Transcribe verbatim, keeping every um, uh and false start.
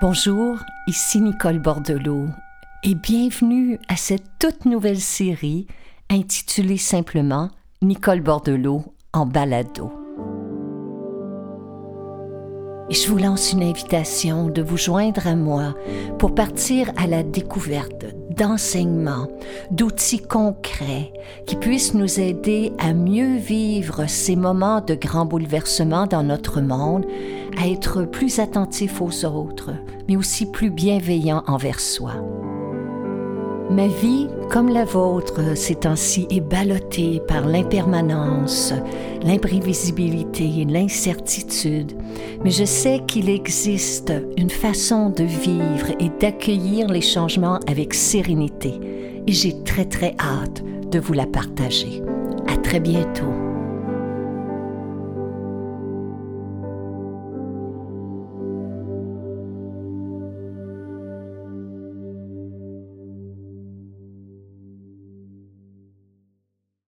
Bonjour, ici Nicole Bordelot et bienvenue à cette toute nouvelle série intitulée simplement Nicole Bordelot en balado. Et je vous lance une invitation de vous joindre à moi pour partir à la découverte d'enseignements, d'outils concrets qui puissent nous aider à mieux vivre ces moments de grands bouleversements dans notre monde, à être plus attentifs aux autres, mais aussi plus bienveillants envers soi. Ma vie, comme la vôtre, ces temps-ci, est ballottée par l'impermanence, l'imprévisibilité, l'incertitude. Mais je sais qu'il existe une façon de vivre et d'accueillir les changements avec sérénité. Et j'ai très très hâte de vous la partager. À très bientôt.